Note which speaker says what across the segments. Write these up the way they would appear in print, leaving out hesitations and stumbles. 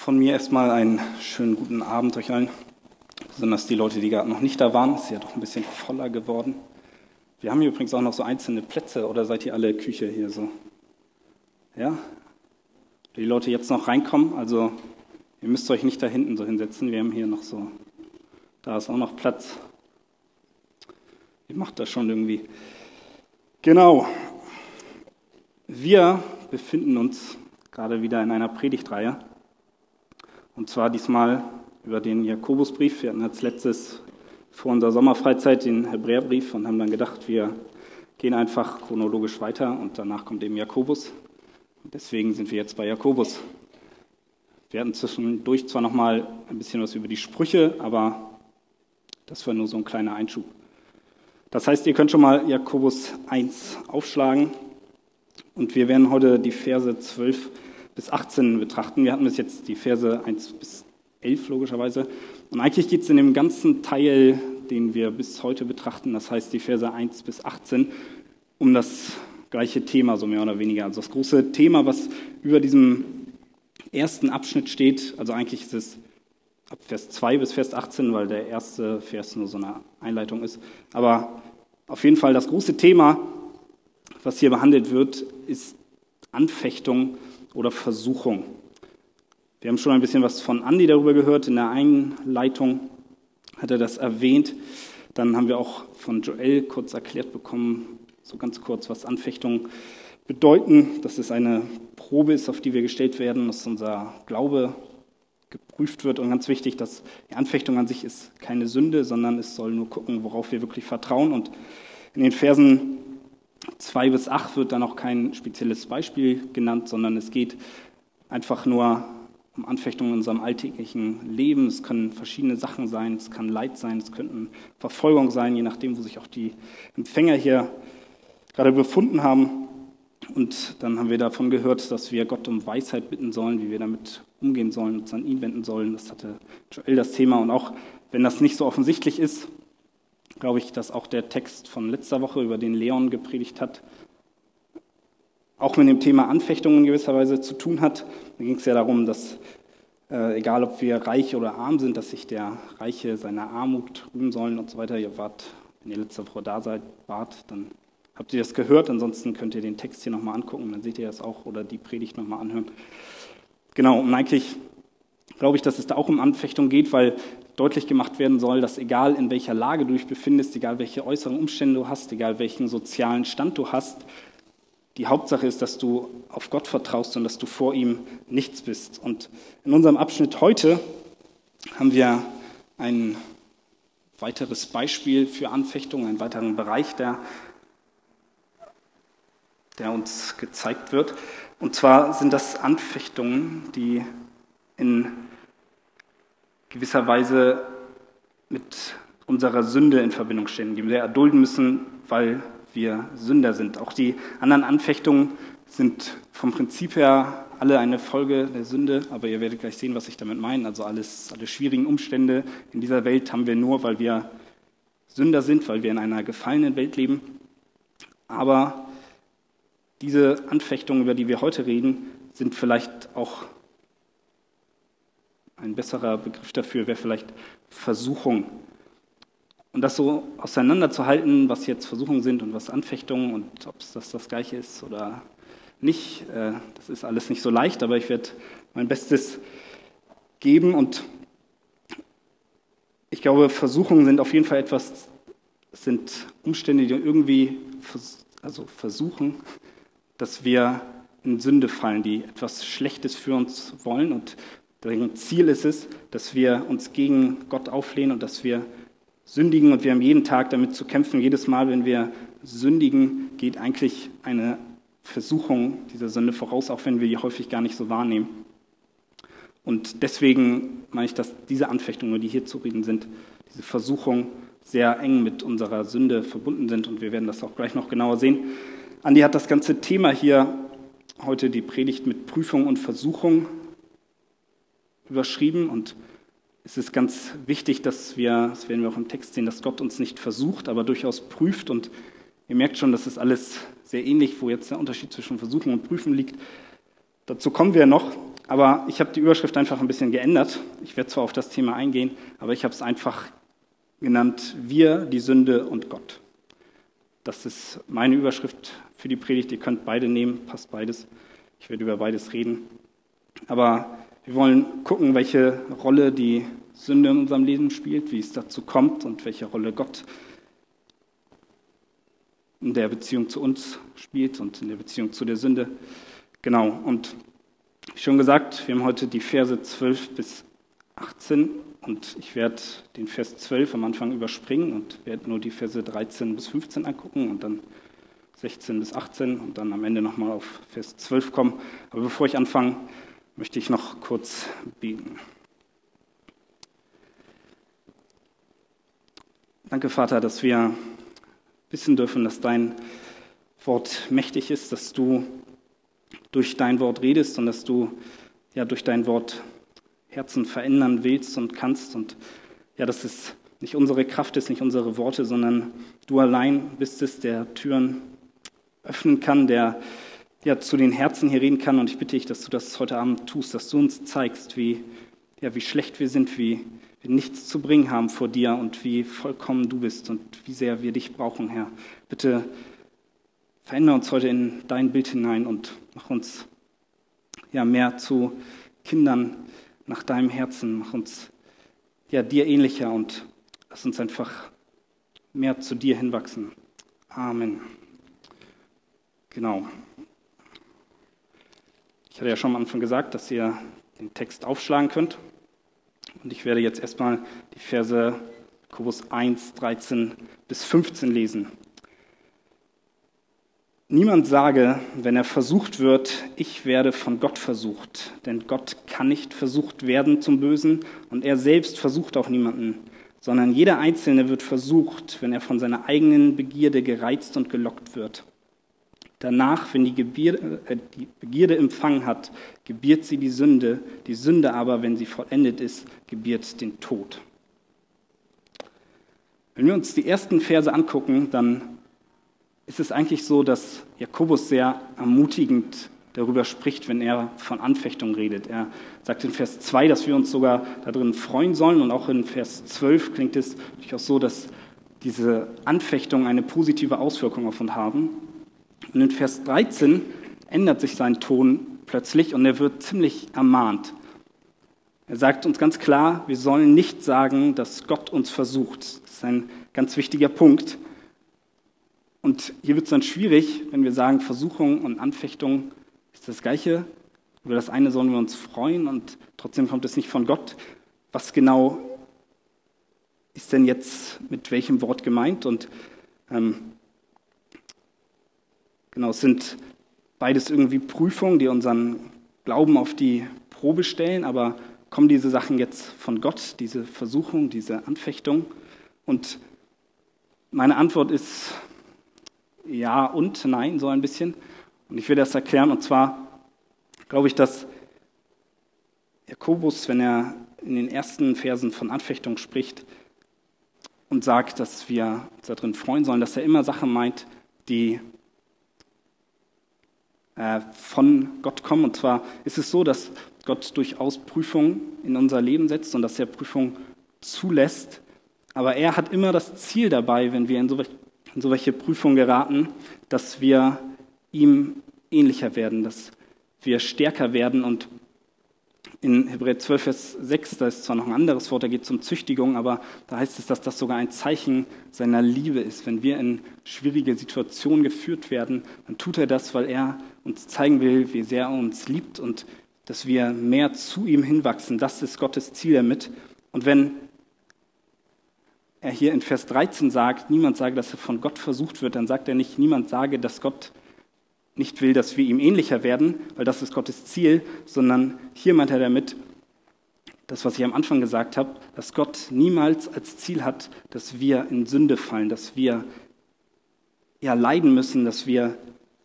Speaker 1: Von mir erstmal einen schönen guten Abend euch allen. Besonders die Leute, die gerade noch nicht da waren. Es ist ja doch ein bisschen voller geworden. Wir haben hier übrigens auch noch so einzelne Plätze, oder seid ihr alle Küche hier so? Ja? Die Leute jetzt noch reinkommen, also ihr müsst euch nicht da hinten so hinsetzen. Wir haben hier noch so, da ist auch noch Platz. Ihr macht das schon irgendwie. Genau. Wir befinden uns gerade wieder in einer Predigtreihe. Und zwar diesmal über den Jakobusbrief. Wir hatten als letztes vor unserer Sommerfreizeit den Hebräerbrief und haben dann gedacht, wir gehen einfach chronologisch weiter und danach kommt eben Jakobus. Und deswegen sind wir jetzt bei Jakobus. Wir hatten zwischendurch zwar noch mal ein bisschen was über die Sprüche, aber das war nur so ein kleiner Einschub. Das heißt, ihr könnt schon mal Jakobus 1 aufschlagen und wir werden heute die Verse 12 bis 18 betrachten. Wir hatten bis jetzt die Verse 1 bis 11 logischerweise. Und eigentlich geht es in dem ganzen Teil, den wir bis heute betrachten, das heißt die Verse 1 bis 18, um das gleiche Thema, so mehr oder weniger. Also das große Thema, was über diesem ersten Abschnitt steht, also eigentlich ist es ab Vers 2 bis Vers 18, weil der erste Vers nur so eine Einleitung ist. Aber auf jeden Fall das große Thema, was hier behandelt wird, ist Anfechtung oder Versuchung. Wir haben schon ein bisschen was von Andi darüber gehört. In der Einleitung hat er das erwähnt. Dann haben wir auch von Joel kurz erklärt bekommen, so ganz kurz, was Anfechtungen bedeuten. Dass es eine Probe ist, auf die wir gestellt werden, dass unser Glaube geprüft wird. Und ganz wichtig, dass die Anfechtung an sich ist keine Sünde, sondern es soll nur gucken, worauf wir wirklich vertrauen. Und in den Versen 2 bis 8 wird dann auch kein spezielles Beispiel genannt, sondern es geht einfach nur um Anfechtungen in unserem alltäglichen Leben. Es können verschiedene Sachen sein, es kann Leid sein, es könnten Verfolgung sein, je nachdem, wo sich auch die Empfänger hier gerade befunden haben. Und dann haben wir davon gehört, dass wir Gott um Weisheit bitten sollen, wie wir damit umgehen sollen, uns an ihn wenden sollen. Das hatte Joel das Thema. Und auch wenn das nicht so offensichtlich ist, glaube ich, dass auch der Text von letzter Woche, über den Leon gepredigt hat, auch mit dem Thema Anfechtungen in gewisser Weise zu tun hat. Da ging es ja darum, dass, egal ob wir reich oder arm sind, dass sich der Reiche seiner Armut rühmen sollen und so weiter. Wenn ihr letzte Woche da wart, dann habt ihr das gehört. Ansonsten könnt ihr den Text hier nochmal angucken, dann seht ihr das auch oder die Predigt nochmal anhören. Genau, und eigentlich glaube ich, dass es da auch um Anfechtung geht, weil deutlich gemacht werden soll, dass egal in welcher Lage du dich befindest, egal welche äußeren Umstände du hast, egal welchen sozialen Stand du hast, die Hauptsache ist, dass du auf Gott vertraust und dass du vor ihm nichts bist. Und in unserem Abschnitt heute haben wir ein weiteres Beispiel für Anfechtung, einen weiteren Bereich, der uns gezeigt wird. Und zwar sind das Anfechtungen, die in gewisser Weise mit unserer Sünde in Verbindung stehen, die wir erdulden müssen, weil wir Sünder sind. Auch die anderen Anfechtungen sind vom Prinzip her alle eine Folge der Sünde, aber ihr werdet gleich sehen, was ich damit meine. Also alle schwierigen Umstände in dieser Welt haben wir nur, weil wir Sünder sind, weil wir in einer gefallenen Welt leben. Aber diese Anfechtungen, über die wir heute reden, sind vielleicht auch ein besserer Begriff dafür wäre vielleicht Versuchung. Und das so auseinanderzuhalten, was jetzt Versuchungen sind und was Anfechtungen und ob es das Gleiche ist oder nicht, das ist alles nicht so leicht, aber ich werde mein Bestes geben. Und ich glaube, Versuchungen sind auf jeden Fall sind Umstände, die irgendwie versuchen, dass wir in Sünde fallen, die etwas Schlechtes für uns wollen. Und deren Ziel ist es, dass wir uns gegen Gott auflehnen und dass wir sündigen. Und wir haben jeden Tag damit zu kämpfen. Jedes Mal, wenn wir sündigen, geht eigentlich eine Versuchung dieser Sünde voraus, auch wenn wir die häufig gar nicht so wahrnehmen. Und deswegen meine ich, dass diese Anfechtungen, die hier zu reden sind, diese Versuchungen sehr eng mit unserer Sünde verbunden sind. Und wir werden das auch gleich noch genauer sehen. Andi hat das ganze Thema hier heute, die Predigt, mit Prüfung und Versuchung überschrieben. Und es ist ganz wichtig, das werden wir auch im Text sehen, dass Gott uns nicht versucht, aber durchaus prüft. Und ihr merkt schon, das ist alles sehr ähnlich, wo jetzt der Unterschied zwischen Versuchen und Prüfen liegt. Dazu kommen wir noch. Aber ich habe die Überschrift einfach ein bisschen geändert. Ich werde zwar auf das Thema eingehen, aber ich habe es einfach genannt, wir, die Sünde und Gott. Das ist meine Überschrift für die Predigt. Ihr könnt beide nehmen, passt beides. Ich werde über beides reden. Aber wir wollen gucken, welche Rolle die Sünde in unserem Leben spielt, wie es dazu kommt und welche Rolle Gott in der Beziehung zu uns spielt und in der Beziehung zu der Sünde. Genau, und wie schon gesagt, wir haben heute die Verse 12 bis 18 und ich werde den Vers 12 am Anfang überspringen und werde nur die Verse 13 bis 15 angucken und dann 16 bis 18 und dann am Ende nochmal auf Vers 12 kommen. Aber bevor ich anfange, möchte ich noch kurz beten. Danke, Vater, dass wir wissen dürfen, dass dein Wort mächtig ist, dass du durch dein Wort redest und dass du ja durch dein Wort Herzen verändern willst und kannst. Und ja, dass es nicht unsere Kraft ist, nicht unsere Worte, sondern du allein bist es, der Türen öffnen kann, der ja zu den Herzen hier reden kann. Und ich bitte dich, dass du das heute Abend tust, dass du uns zeigst, wie schlecht wir sind, wie wir nichts zu bringen haben vor dir und wie vollkommen du bist und wie sehr wir dich brauchen, Herr. Bitte verändere uns heute in dein Bild hinein und mach uns ja mehr zu Kindern nach deinem Herzen. Mach uns ja dir ähnlicher und lass uns einfach mehr zu dir hinwachsen. Amen. Genau. Ich hatte ja schon am Anfang gesagt, dass ihr den Text aufschlagen könnt. Und ich werde jetzt erstmal die Verse Jakobus 1, 13 bis 15 lesen. Niemand sage, wenn er versucht wird, ich werde von Gott versucht. Denn Gott kann nicht versucht werden zum Bösen und er selbst versucht auch niemanden. Sondern jeder Einzelne wird versucht, wenn er von seiner eigenen Begierde gereizt und gelockt wird. Danach, wenn die Begierde empfangen hat, gebiert sie die Sünde aber, wenn sie vollendet ist, gebiert den Tod. Wenn wir uns die ersten Verse angucken, dann ist es eigentlich so, dass Jakobus sehr ermutigend darüber spricht, wenn er von Anfechtung redet. Er sagt in Vers 2, dass wir uns sogar darin freuen sollen und auch in Vers 12 klingt es durchaus so, dass diese Anfechtung eine positive Auswirkung auf uns haben. Und in Vers 13 ändert sich sein Ton plötzlich und er wird ziemlich ermahnt. Er sagt uns ganz klar, wir sollen nicht sagen, dass Gott uns versucht. Das ist ein ganz wichtiger Punkt. Und hier wird es dann schwierig, wenn wir sagen, Versuchung und Anfechtung ist das Gleiche. Über das eine sollen wir uns freuen und trotzdem kommt es nicht von Gott. Was genau ist denn jetzt mit welchem Wort gemeint? Und genau, es sind beides irgendwie Prüfungen, die unseren Glauben auf die Probe stellen, aber kommen diese Sachen jetzt von Gott, diese Versuchung, diese Anfechtung? Und meine Antwort ist ja und nein, so ein bisschen. Und ich will das erklären. Und zwar glaube ich, dass Jakobus, wenn er in den ersten Versen von Anfechtung spricht und sagt, dass wir uns darin freuen sollen, dass er immer Sachen meint, die von Gott kommen. Und zwar ist es so, dass Gott durchaus Prüfungen in unser Leben setzt und dass er Prüfungen zulässt. Aber er hat immer das Ziel dabei, wenn wir in so welche Prüfungen geraten, dass wir ihm ähnlicher werden, dass wir stärker werden. Und in Hebräer 12, Vers 6, da ist zwar noch ein anderes Wort, da geht es um Züchtigung, aber da heißt es, dass das sogar ein Zeichen seiner Liebe ist. Wenn wir in schwierige Situationen geführt werden, dann tut er das, weil er uns zeigen will, wie sehr er uns liebt und dass wir mehr zu ihm hinwachsen. Das ist Gottes Ziel damit. Und wenn er hier in Vers 13 sagt, niemand sage, dass er von Gott versucht wird, dann sagt er nicht, niemand sage, dass Gott nicht will, dass wir ihm ähnlicher werden, weil das ist Gottes Ziel, sondern hier meint er damit, das, was ich am Anfang gesagt habe, dass Gott niemals als Ziel hat, dass wir in Sünde fallen, dass wir ja leiden müssen, dass wir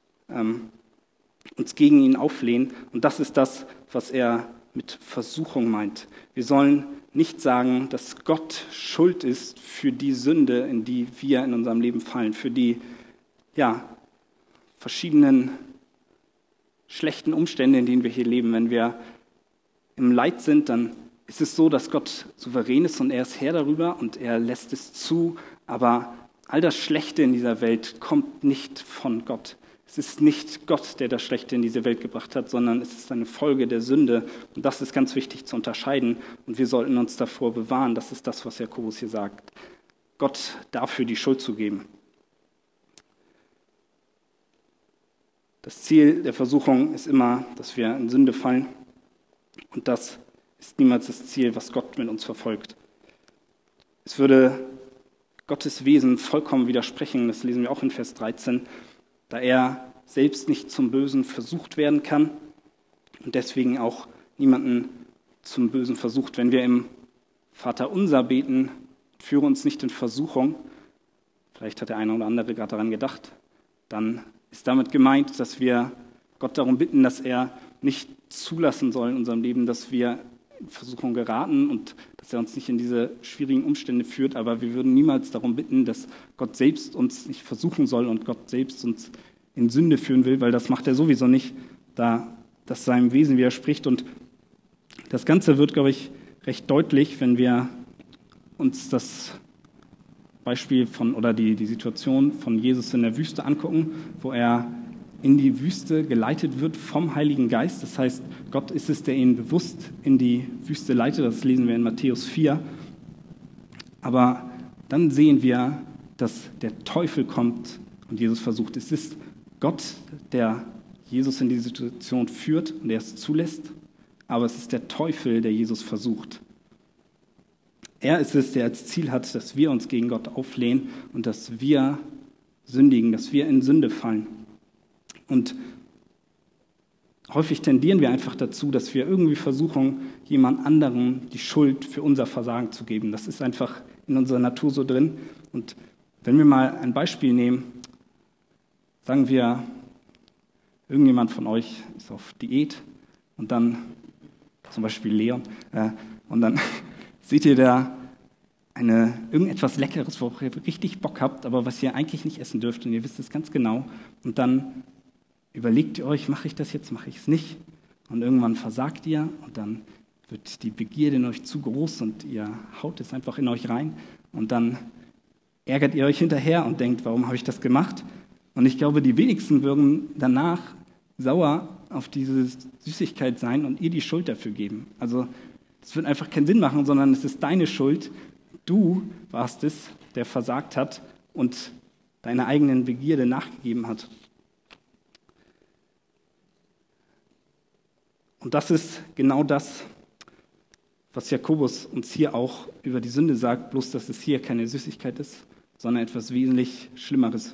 Speaker 1: uns gegen ihn auflehnen. Und das ist das, was er mit Versuchung meint. Wir sollen nicht sagen, dass Gott schuld ist für die Sünde, in die wir in unserem Leben fallen, für die verschiedenen schlechten Umstände, in denen wir hier leben, wenn wir im Leid sind, dann ist es so, dass Gott souverän ist und er ist Herr darüber und er lässt es zu, aber all das Schlechte in dieser Welt kommt nicht von Gott. Es ist nicht Gott, der das Schlechte in diese Welt gebracht hat, sondern es ist eine Folge der Sünde. Und das ist ganz wichtig zu unterscheiden. Und wir sollten uns davor bewahren. Das ist das, was Jakobus hier sagt. Gott dafür die Schuld zu geben. Das Ziel der Versuchung ist immer, dass wir in Sünde fallen. Und das ist niemals das Ziel, was Gott mit uns verfolgt. Es würde Gottes Wesen vollkommen widersprechen. Das lesen wir auch in Vers 13. Da er selbst nicht zum Bösen versucht werden kann und deswegen auch niemanden zum Bösen versucht. Wenn wir im Vaterunser beten, führe uns nicht in Versuchung, vielleicht hat der eine oder andere gerade daran gedacht, dann ist damit gemeint, dass wir Gott darum bitten, dass er nicht zulassen soll in unserem Leben, dass wir in Versuchung geraten und dass er uns nicht in diese schwierigen Umstände führt, aber wir würden niemals darum bitten, dass Gott selbst uns nicht versuchen soll und Gott selbst uns in Sünde führen will, weil das macht er sowieso nicht, da das seinem Wesen widerspricht. Und das Ganze wird, glaube ich, recht deutlich, wenn wir uns das Beispiel oder die Situation von Jesus in der Wüste angucken, wo er in die Wüste geleitet wird vom Heiligen Geist. Das heißt, Gott ist es, der ihn bewusst in die Wüste leitet. Das lesen wir in Matthäus 4. Aber dann sehen wir, dass der Teufel kommt und Jesus versucht. Es ist Gott, der Jesus in die Situation führt und der es zulässt. Aber es ist der Teufel, der Jesus versucht. Er ist es, der als Ziel hat, dass wir uns gegen Gott auflehnen und dass wir sündigen, dass wir in Sünde fallen. Und häufig tendieren wir einfach dazu, dass wir irgendwie versuchen, jemand anderem die Schuld für unser Versagen zu geben. Das ist einfach in unserer Natur so drin. Und wenn wir mal ein Beispiel nehmen, sagen wir, irgendjemand von euch ist auf Diät und dann, zum Beispiel Leon, und dann seht ihr da irgendetwas Leckeres, worauf ihr richtig Bock habt, aber was ihr eigentlich nicht essen dürft und ihr wisst es ganz genau. Und dann überlegt ihr euch, mache ich das jetzt, mache ich es nicht? Und irgendwann versagt ihr und dann wird die Begierde in euch zu groß und ihr haut es einfach in euch rein. Und dann ärgert ihr euch hinterher und denkt, warum habe ich das gemacht? Und ich glaube, die wenigsten würden danach sauer auf diese Süßigkeit sein und ihr die Schuld dafür geben. Also es wird einfach keinen Sinn machen, sondern es ist deine Schuld. Du warst es, der versagt hat und deiner eigenen Begierde nachgegeben hat. Und das ist genau das, was Jakobus uns hier auch über die Sünde sagt, bloß dass es hier keine Süßigkeit ist, sondern etwas wesentlich Schlimmeres.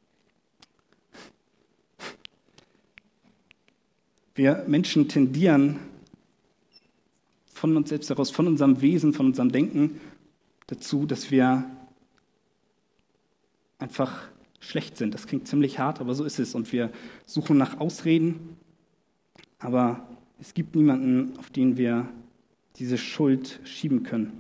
Speaker 1: Wir Menschen tendieren von uns selbst heraus, von unserem Wesen, von unserem Denken dazu, dass wir einfach schlecht sind. Das klingt ziemlich hart, aber so ist es. Und wir suchen nach Ausreden, aber es gibt niemanden, auf den wir diese Schuld schieben können.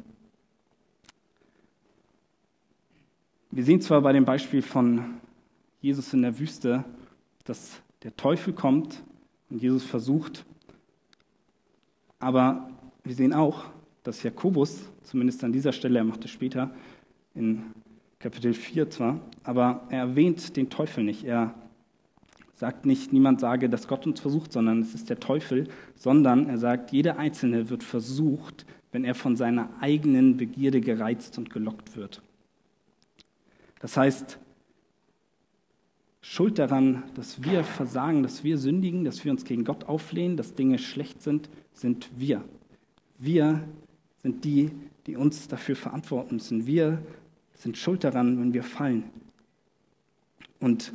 Speaker 1: Wir sehen zwar bei dem Beispiel von Jesus in der Wüste, dass der Teufel kommt und Jesus versucht, aber wir sehen auch, dass Jakobus, zumindest an dieser Stelle, er macht es später in Kapitel 4 zwar, aber er erwähnt den Teufel nicht. Er sagt nicht, niemand sage, dass Gott uns versucht, sondern es ist der Teufel, sondern er sagt, jeder Einzelne wird versucht, wenn er von seiner eigenen Begierde gereizt und gelockt wird. Das heißt, Schuld daran, dass wir versagen, dass wir sündigen, dass wir uns gegen Gott auflehnen, dass Dinge schlecht sind wir. Wir sind die, die uns dafür verantworten müssen. Wir sind schuld daran, wenn wir fallen. Und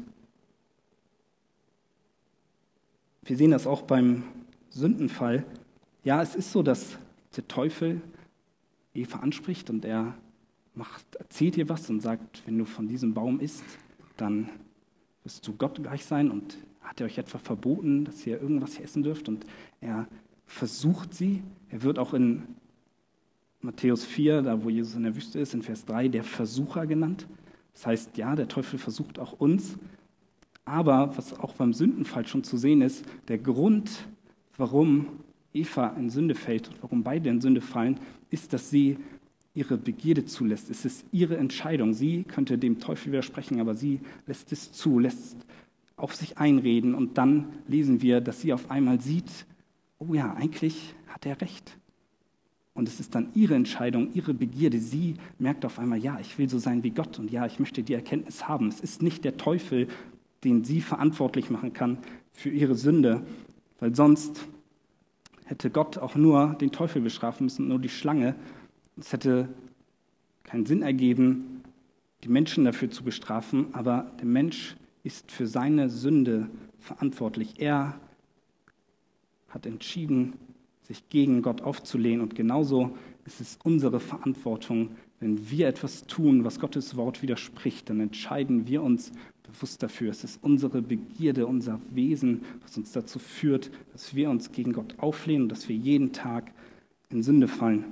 Speaker 1: wir sehen das auch beim Sündenfall. Ja, es ist so, dass der Teufel Eva anspricht und er erzählt ihr was und sagt, wenn du von diesem Baum isst, dann wirst du Gott gleich sein und hat er euch etwa verboten, dass ihr irgendwas essen dürft? Und er versucht sie. Er wird auch in Matthäus 4, da wo Jesus in der Wüste ist, in Vers 3, der Versucher genannt. Das heißt, ja, der Teufel versucht auch uns. Aber was auch beim Sündenfall schon zu sehen ist, der Grund, warum Eva in Sünde fällt und warum beide in Sünde fallen, ist, dass sie ihre Begierde zulässt. Es ist ihre Entscheidung. Sie könnte dem Teufel widersprechen, aber sie lässt es zu, lässt auf sich einreden. Und dann lesen wir, dass sie auf einmal sieht, oh ja, eigentlich hat er recht. Und es ist dann ihre Entscheidung, ihre Begierde. Sie merkt auf einmal, ja, ich will so sein wie Gott und ja, ich möchte die Erkenntnis haben. Es ist nicht der Teufel, den sie verantwortlich machen kann für ihre Sünde, weil sonst hätte Gott auch nur den Teufel bestrafen müssen, nur die Schlange. Es hätte keinen Sinn ergeben, die Menschen dafür zu bestrafen, aber der Mensch ist für seine Sünde verantwortlich. Er hat entschieden, sich gegen Gott aufzulehnen. Und genauso ist es unsere Verantwortung, wenn wir etwas tun, was Gottes Wort widerspricht, dann entscheiden wir uns bewusst dafür. Es ist unsere Begierde, unser Wesen, was uns dazu führt, dass wir uns gegen Gott auflehnen und dass wir jeden Tag in Sünde fallen.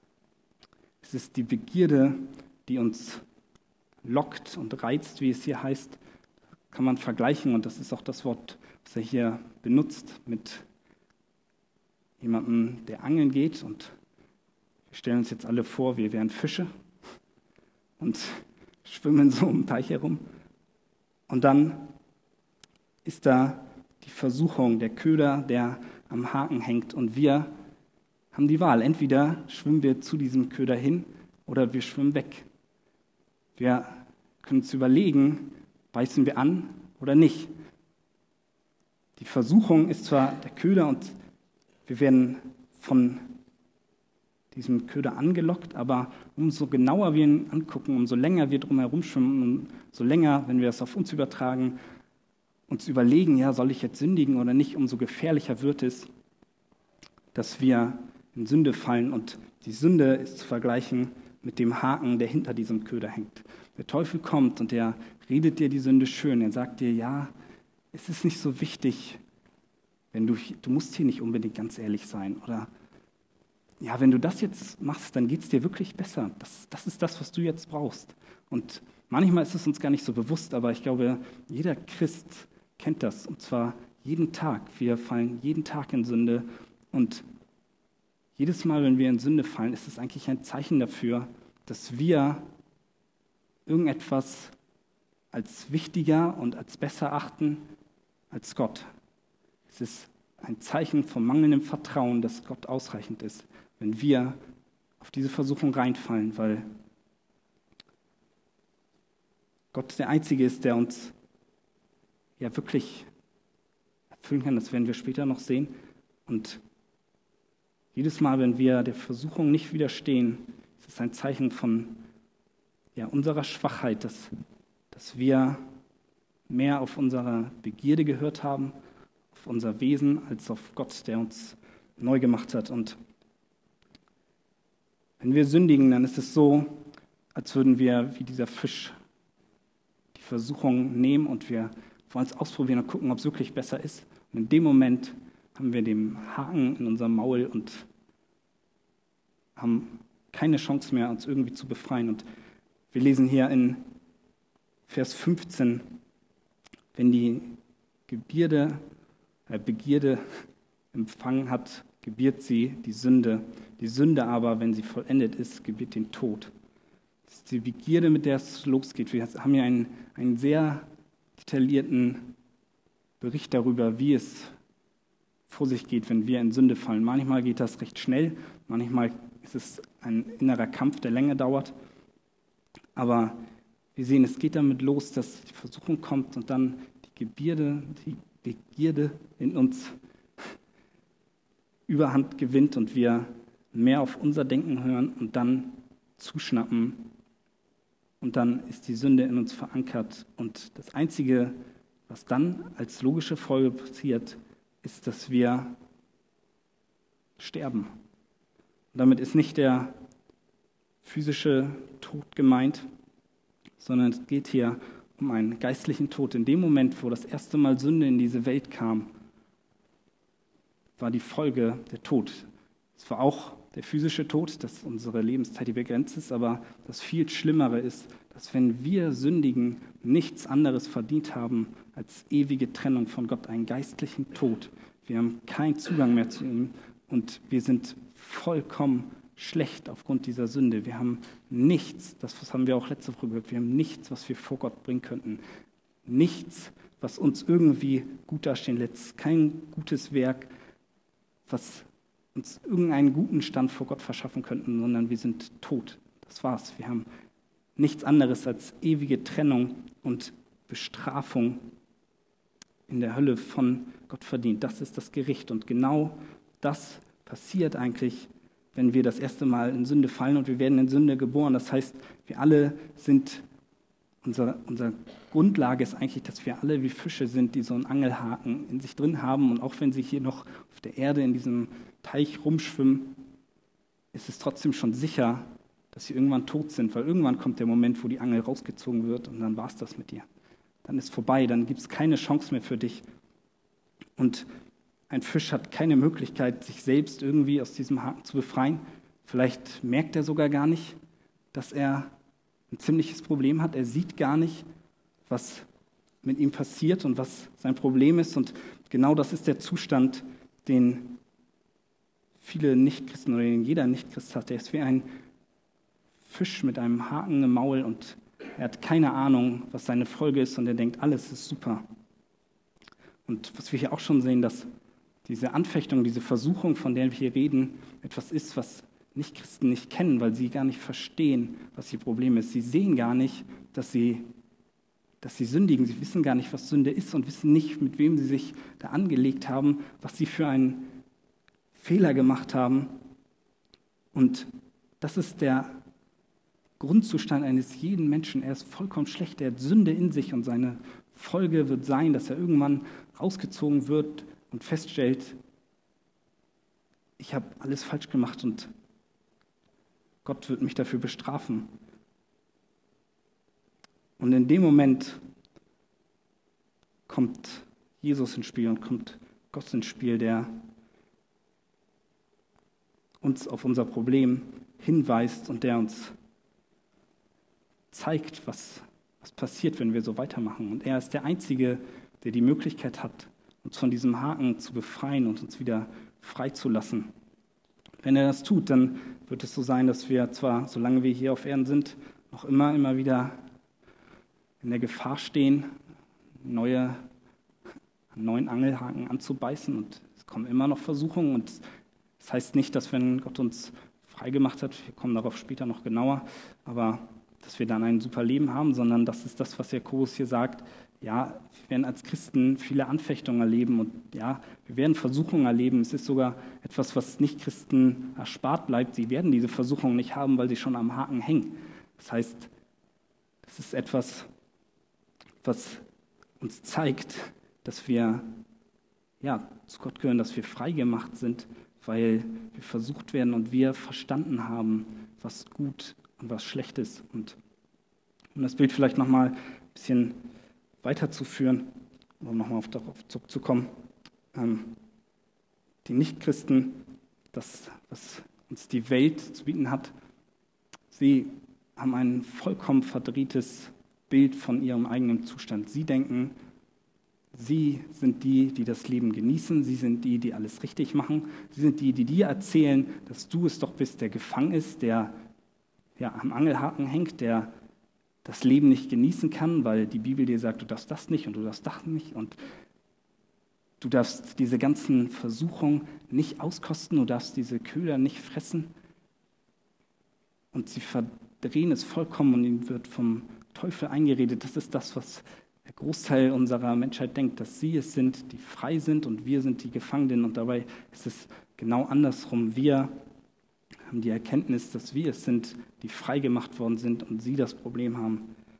Speaker 1: Es ist die Begierde, die uns lockt und reizt, wie es hier heißt, kann man vergleichen. Und das ist auch das Wort, was er hier benutzt, mit jemandem, der angeln geht. Und wir stellen uns jetzt alle vor, wir wären Fische und schwimmen so um den Teich herum. Und dann ist da die Versuchung, der Köder, der am Haken hängt. Und wir haben die Wahl. Entweder schwimmen wir zu diesem Köder hin oder wir schwimmen weg. Wir können uns überlegen, beißen wir an oder nicht. Die Versuchung ist zwar der Köder und wir werden von diesem Köder angelockt, aber umso genauer wir ihn angucken, umso länger wir drum herum schwimmen, umso länger, wenn wir es auf uns übertragen, uns überlegen, ja, soll ich jetzt sündigen oder nicht, umso gefährlicher wird es, dass wir in Sünde fallen. Und die Sünde ist zu vergleichen mit dem Haken, der hinter diesem Köder hängt. Der Teufel kommt und er redet dir die Sünde schön. Er sagt dir, ja, es ist nicht so wichtig, wenn du musst hier nicht unbedingt ganz ehrlich sein. Oder ja, wenn du das jetzt machst, dann geht es dir wirklich besser. Das ist das, was du jetzt brauchst. Und manchmal ist es uns gar nicht so bewusst, aber ich glaube, jeder Christ kennt das. Und zwar jeden Tag. Wir fallen jeden Tag in Sünde. Und jedes Mal, wenn wir in Sünde fallen, ist es eigentlich ein Zeichen dafür, dass wir irgendetwas als wichtiger und als besser achten als Gott. Es ist ein Zeichen von mangelndem Vertrauen, dass Gott ausreichend ist, wenn wir auf diese Versuchung reinfallen, weil Gott der Einzige ist, der uns ja wirklich erfüllen kann. Das werden wir später noch sehen. Und jedes Mal, wenn wir der Versuchung nicht widerstehen, ist es ein Zeichen von unserer Schwachheit, dass wir mehr auf unsere Begierde gehört haben, auf unser Wesen, als auf Gott, der uns neu gemacht hat. Und wenn wir sündigen, dann ist es so, als würden wir wie dieser Fisch die Versuchung nehmen und wir wollen es ausprobieren und gucken, ob es wirklich besser ist. Und in dem Moment haben wir den Haken in unserem Maul und haben keine Chance mehr, uns irgendwie zu befreien. Und wir lesen hier in Vers 15, wenn die Begierde empfangen hat, gebiert sie die Sünde. Die Sünde aber, wenn sie vollendet ist, gebiert den Tod. Das ist die Begierde, mit der es losgeht. Wir haben hier einen sehr detaillierten Bericht darüber, wie es vor sich geht, wenn wir in Sünde fallen. Manchmal geht das recht schnell, manchmal ist es ein innerer Kampf, der länger dauert. Aber wir sehen, es geht damit los, dass die Versuchung kommt und dann die Begierde in uns Überhand gewinnt und wir mehr auf unser Denken hören und dann zuschnappen. Und dann ist die Sünde in uns verankert. Und das Einzige, was dann als logische Folge passiert, ist, dass wir sterben. Und damit ist nicht der physische Tod gemeint, sondern es geht hier um einen geistlichen Tod. In dem Moment, wo das erste Mal Sünde in diese Welt kam, war die Folge der Tod. Es war auch der physische Tod, dass unsere Lebenszeit begrenzt ist, aber das viel Schlimmere ist, dass wenn wir sündigen, nichts anderes verdient haben als ewige Trennung von Gott, einen geistlichen Tod. Wir haben keinen Zugang mehr zu ihm, und wir sind vollkommen schlecht aufgrund dieser Sünde. Wir haben nichts, das haben wir auch letzte Woche gehört, wir haben nichts, was wir vor Gott bringen könnten. Nichts, was uns irgendwie gut dastehen lässt. Kein gutes Werk, was uns irgendeinen guten Stand vor Gott verschaffen könnten, sondern wir sind tot. Das war's. Wir haben nichts anderes als ewige Trennung und Bestrafung in der Hölle von Gott verdient. Das ist das Gericht. Und genau das passiert eigentlich, wenn wir das erste Mal in Sünde fallen und wir werden in Sünde geboren. Das heißt, wir alle sind, unsere Grundlage ist eigentlich, dass wir alle wie Fische sind, die so einen Angelhaken in sich drin haben. Und auch wenn sie hier noch auf der Erde in diesem Teich rumschwimmen, ist es trotzdem schon sicher, dass sie irgendwann tot sind, weil irgendwann kommt der Moment, wo die Angel rausgezogen wird und dann war es das mit dir. Dann ist vorbei, dann gibt es keine Chance mehr für dich. Und ein Fisch hat keine Möglichkeit, sich selbst irgendwie aus diesem Haken zu befreien. Vielleicht merkt er sogar gar nicht, dass er ein ziemliches Problem hat. Er sieht gar nicht, was mit ihm passiert und was sein Problem ist. Und genau das ist der Zustand, den viele Nichtchristen oder den jeder Nichtchrist hat. Er ist wie ein Fisch mit einem Haken im Maul und er hat keine Ahnung, was seine Folge ist und er denkt, alles ist super. Und was wir hier auch schon sehen, dass diese Anfechtung, diese Versuchung, von der wir hier reden, etwas ist, was Nichtchristen nicht kennen, weil sie gar nicht verstehen, was ihr Problem ist. Sie sehen gar nicht, dass sie sündigen. Sie wissen gar nicht, was Sünde ist und wissen nicht, mit wem sie sich da angelegt haben, was sie für einen Fehler gemacht haben. Und das ist der Grundzustand eines jeden Menschen. Er ist vollkommen schlecht, er hat Sünde in sich und seine Folge wird sein, dass er irgendwann rausgezogen wird und feststellt, ich habe alles falsch gemacht und Gott wird mich dafür bestrafen. Und in dem Moment kommt Jesus ins Spiel und kommt Gott ins Spiel, der uns auf unser Problem hinweist und der uns zeigt, was passiert, wenn wir so weitermachen. Und er ist der Einzige, der die Möglichkeit hat, uns von diesem Haken zu befreien und uns wieder freizulassen. Wenn er das tut, dann wird es so sein, dass wir zwar, solange wir hier auf Erden sind, noch immer wieder in der Gefahr stehen, einen neuen Angelhaken anzubeißen und es kommen immer noch Versuchungen und das heißt nicht, dass wenn Gott uns freigemacht hat, wir kommen darauf später noch genauer, aber dass wir dann ein super Leben haben, sondern das ist das, was Jakobus hier sagt. Ja, wir werden als Christen viele Anfechtungen erleben und ja, wir werden Versuchungen erleben. Es ist sogar etwas, was Nicht-Christen erspart bleibt. Sie werden diese Versuchungen nicht haben, weil sie schon am Haken hängen. Das heißt, das ist etwas, was uns zeigt, dass wir zu Gott gehören, dass wir frei gemacht sind, weil wir versucht werden und wir verstanden haben, was gut und was schlecht ist. Und um das Bild vielleicht nochmal ein bisschen weiterzuführen, um nochmal darauf zurückzukommen, die Nichtchristen, das, was uns die Welt zu bieten hat, sie haben ein vollkommen verdrehtes Bild von ihrem eigenen Zustand. Sie denken, sie sind die, die das Leben genießen. Sie sind die, die alles richtig machen. Sie sind die, die dir erzählen, dass du es doch bist, der gefangen ist, der am Angelhaken hängt, der das Leben nicht genießen kann, weil die Bibel dir sagt, du darfst das nicht und du darfst das nicht und du darfst diese ganzen Versuchungen nicht auskosten, du darfst diese Köder nicht fressen. Und sie verdrehen es vollkommen und ihnen wird vom Teufel eingeredet. Das ist das, was der Großteil unserer Menschheit denkt, dass sie es sind, die frei sind und wir sind die Gefangenen. Und dabei ist es genau andersrum. Wir haben die Erkenntnis, dass wir es sind, die frei gemacht worden sind und sie das Problem haben.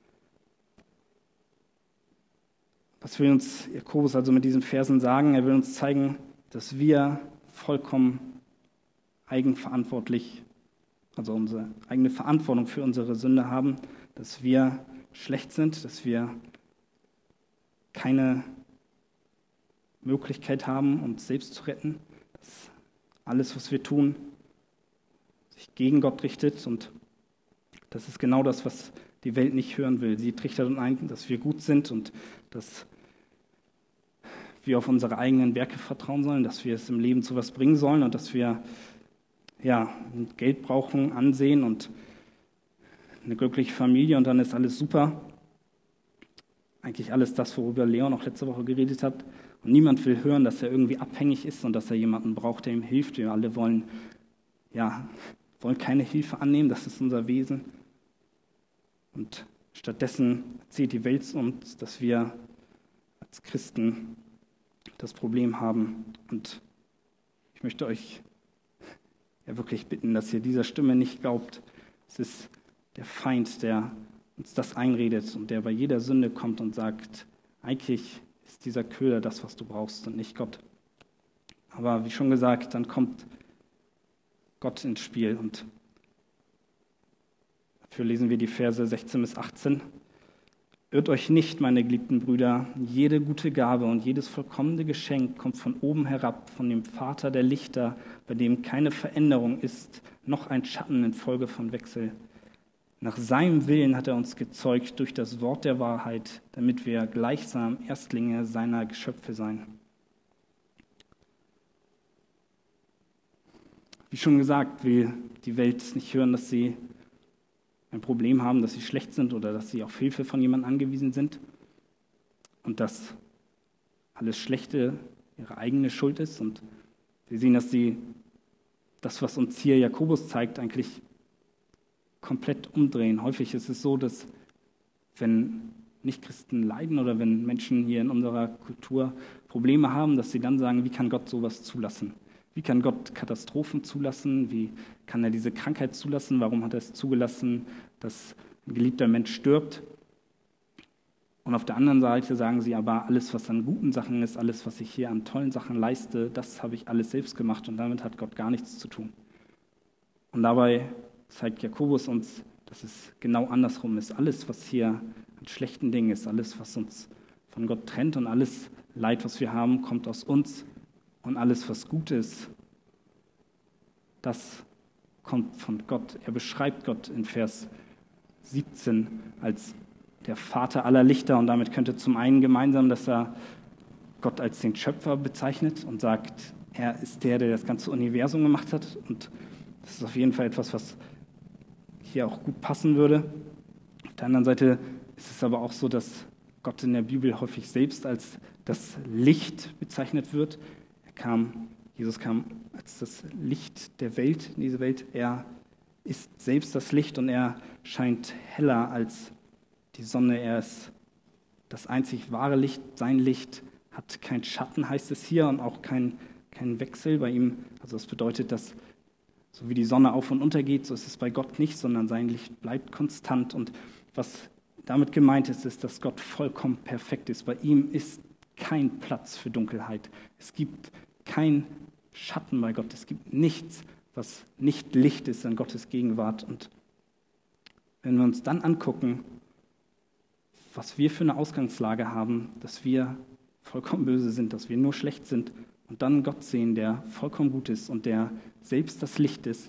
Speaker 1: Was will uns Jakobus also mit diesen Versen sagen? Er will uns zeigen, dass wir vollkommen eigenverantwortlich, also unsere eigene Verantwortung für unsere Sünde haben, dass wir schlecht sind, dass wir keine Möglichkeit haben, uns selbst zu retten, dass alles, was wir tun, sich gegen Gott richtet und das ist genau das, was die Welt nicht hören will. Sie trichtert uns ein, dass wir gut sind und dass wir auf unsere eigenen Werke vertrauen sollen, dass wir es im Leben zu was bringen sollen und dass wir Geld brauchen, Ansehen und eine glückliche Familie und dann ist alles super. Eigentlich alles das, worüber Leon auch letzte Woche geredet hat. Und niemand will hören, dass er irgendwie abhängig ist und dass er jemanden braucht, der ihm hilft. Wir alle wollen keine Hilfe annehmen, das ist unser Wesen. Und stattdessen erzählt die Welt uns, dass wir als Christen das Problem haben. Und ich möchte euch wirklich bitten, dass ihr dieser Stimme nicht glaubt. Es ist der Feind, der uns das einredet und der bei jeder Sünde kommt und sagt, eigentlich ist dieser Köder das, was du brauchst und nicht Gott. Aber wie schon gesagt, dann kommt Gott ins Spiel und dafür lesen wir die Verse 16 bis 18. Irrt euch nicht, meine geliebten Brüder, jede gute Gabe und jedes vollkommene Geschenk kommt von oben herab, von dem Vater der Lichter, bei dem keine Veränderung ist, noch ein Schatten infolge von Wechsel. Nach seinem Willen hat er uns gezeugt durch das Wort der Wahrheit, damit wir gleichsam Erstlinge seiner Geschöpfe seien. Wie schon gesagt, will die Welt nicht hören, dass sie ein Problem haben, dass sie schlecht sind oder dass sie auf Hilfe von jemandem angewiesen sind und dass alles Schlechte ihre eigene Schuld ist. Und wir sehen, dass sie das, was uns hier Jakobus zeigt, eigentlich komplett umdrehen. Häufig ist es so, dass wenn Nichtchristen leiden oder wenn Menschen hier in unserer Kultur Probleme haben, dass sie dann sagen, wie kann Gott sowas zulassen? Wie kann Gott Katastrophen zulassen? Wie kann er diese Krankheit zulassen? Warum hat er es zugelassen, dass ein geliebter Mensch stirbt? Und auf der anderen Seite sagen sie aber, alles, was an guten Sachen ist, alles, was ich hier an tollen Sachen leiste, das habe ich alles selbst gemacht und damit hat Gott gar nichts zu tun. Und dabei zeigt Jakobus uns, dass es genau andersrum ist. Alles, was hier an schlechten Dingen ist, alles, was uns von Gott trennt und alles Leid, was wir haben, kommt aus uns. Und alles, was gut ist, das kommt von Gott. Er beschreibt Gott in Vers 17 als der Vater aller Lichter. Und damit könnte zum einen gemeinsam, dass er Gott als den Schöpfer bezeichnet und sagt, er ist der das ganze Universum gemacht hat. Und das ist auf jeden Fall etwas, was hier auch gut passen würde. Auf der anderen Seite ist es aber auch so, dass Gott in der Bibel häufig selbst als das Licht bezeichnet wird. Jesus kam als das Licht der Welt in diese Welt. Er ist selbst das Licht und er scheint heller als die Sonne. Er ist das einzig wahre Licht. Sein Licht hat keinen Schatten, heißt es hier, und auch keinen Wechsel bei ihm. Also das bedeutet, dass so wie die Sonne auf und unter geht, so ist es bei Gott nicht, sondern sein Licht bleibt konstant. Und was damit gemeint ist, ist, dass Gott vollkommen perfekt ist. Bei ihm ist kein Platz für Dunkelheit. Es gibt kein Schatten bei Gott. Es gibt nichts, was nicht Licht ist in Gottes Gegenwart. Und wenn wir uns dann angucken, was wir für eine Ausgangslage haben, dass wir vollkommen böse sind, dass wir nur schlecht sind und dann Gott sehen, der vollkommen gut ist und der selbst das Licht ist,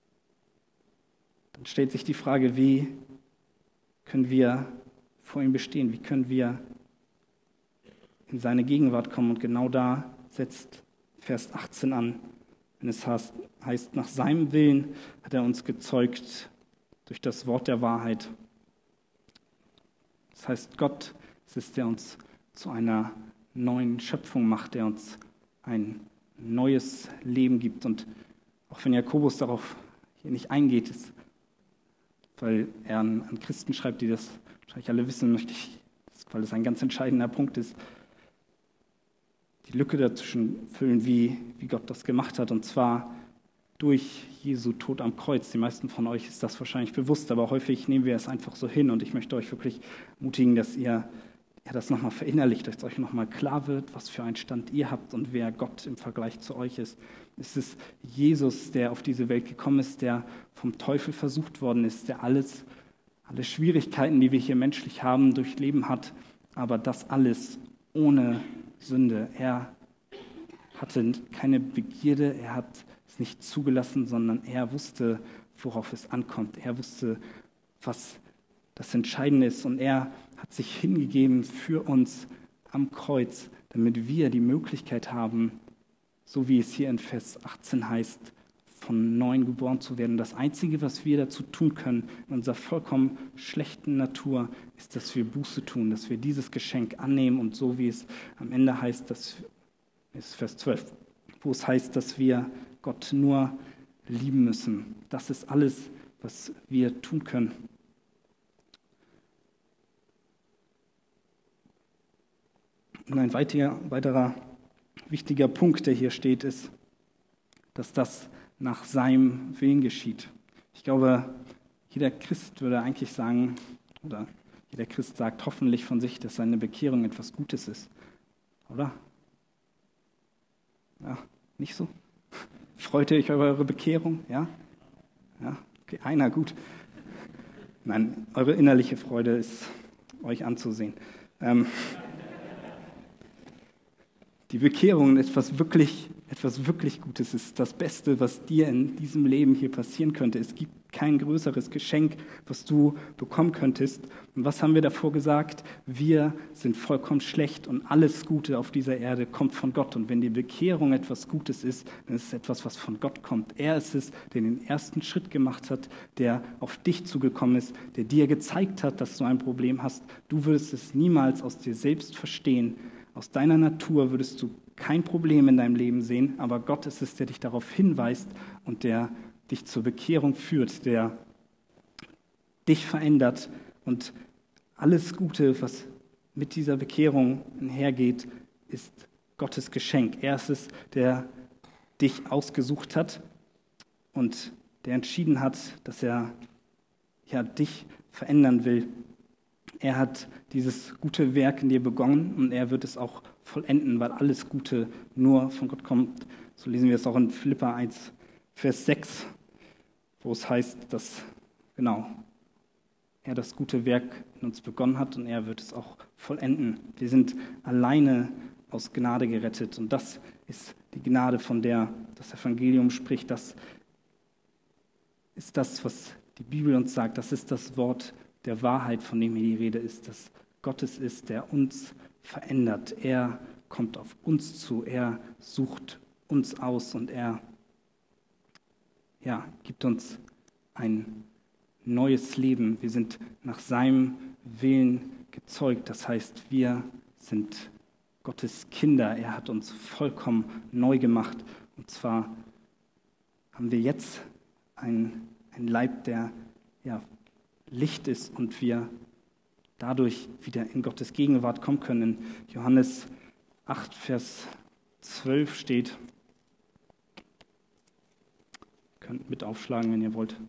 Speaker 1: dann stellt sich die Frage, wie können wir vor ihm bestehen? Wie können wir in seine Gegenwart kommen? Und genau da setzt Vers 18 an, wenn es heißt, nach seinem Willen hat er uns gezeugt durch das Wort der Wahrheit. Das heißt, Gott es ist, der uns zu einer neuen Schöpfung macht, der uns ein neues Leben gibt. Und auch wenn Jakobus darauf hier nicht eingeht, ist, weil er an Christen schreibt, die das wahrscheinlich alle wissen, möchte ich, weil es ein ganz entscheidender Punkt ist, die Lücke dazwischen füllen, wie Gott das gemacht hat, und zwar durch Jesu Tod am Kreuz. Die meisten von euch ist das wahrscheinlich bewusst, aber häufig nehmen wir es einfach so hin und ich möchte euch wirklich ermutigen, dass ihr das nochmal verinnerlicht, dass euch nochmal klar wird, was für einen Stand ihr habt und wer Gott im Vergleich zu euch ist. Es ist Jesus, der auf diese Welt gekommen ist, der vom Teufel versucht worden ist, der alle Schwierigkeiten, die wir hier menschlich haben, durchleben hat, aber das alles ohne Sünde. Er hatte keine Begierde, er hat es nicht zugelassen, sondern er wusste, worauf es ankommt. Er wusste, was das Entscheidende ist und er hat sich hingegeben für uns am Kreuz, damit wir die Möglichkeit haben, so wie es hier in Vers 18 heißt, von Neuem geboren zu werden. Das Einzige, was wir dazu tun können, in unserer vollkommen schlechten Natur, ist, dass wir Buße tun, dass wir dieses Geschenk annehmen und so wie es am Ende heißt, das ist Vers 12, wo es heißt, dass wir Gott nur lieben müssen. Das ist alles, was wir tun können. Und ein weiterer wichtiger Punkt, der hier steht, ist, dass das nach seinem Willen geschieht. Ich glaube, jeder Christ würde eigentlich sagen, oder jeder Christ sagt hoffentlich von sich, dass seine Bekehrung etwas Gutes ist. Oder? Ja, nicht so? Freut ihr euch über eure Bekehrung? Ja? Ja? Okay, einer, gut. Nein, eure innerliche Freude ist, euch anzusehen. Die Bekehrung ist etwas wirklich Gutes. Es ist das Beste, was dir in diesem Leben hier passieren könnte. Es gibt kein größeres Geschenk, was du bekommen könntest. Und was haben wir davor gesagt? Wir sind vollkommen schlecht und alles Gute auf dieser Erde kommt von Gott. Und wenn die Bekehrung etwas Gutes ist, dann ist es etwas, was von Gott kommt. Er ist es, der den ersten Schritt gemacht hat, der auf dich zugekommen ist, der dir gezeigt hat, dass du ein Problem hast. Du würdest es niemals aus dir selbst verstehen. Aus deiner Natur würdest du kein Problem in deinem Leben sehen, aber Gott ist es, der dich darauf hinweist und der dich zur Bekehrung führt, der dich verändert. Und alles Gute, was mit dieser Bekehrung einhergeht, ist Gottes Geschenk. Er ist es, der dich ausgesucht hat und der entschieden hat, dass er dich verändern will. Er hat dieses gute Werk in dir begonnen und er wird es auch vollenden, weil alles Gute nur von Gott kommt. So lesen wir es auch in Philipper 1, Vers 6, wo es heißt, dass er das gute Werk in uns begonnen hat und er wird es auch vollenden. Wir sind alleine aus Gnade gerettet und das ist die Gnade, von der das Evangelium spricht. Das ist das, was die Bibel uns sagt. Das ist das Wort der Wahrheit, von dem hier die Rede ist, dass Gott es ist, der uns verändert. Er kommt auf uns zu, er sucht uns aus und er gibt uns ein neues Leben. Wir sind nach seinem Willen gezeugt. Das heißt, wir sind Gottes Kinder. Er hat uns vollkommen neu gemacht. Und zwar haben wir jetzt einen Leib, der Licht ist und wir dadurch wieder in Gottes Gegenwart kommen können. In Johannes 8, Vers 12 steht, ihr könnt mit aufschlagen, wenn ihr wollt.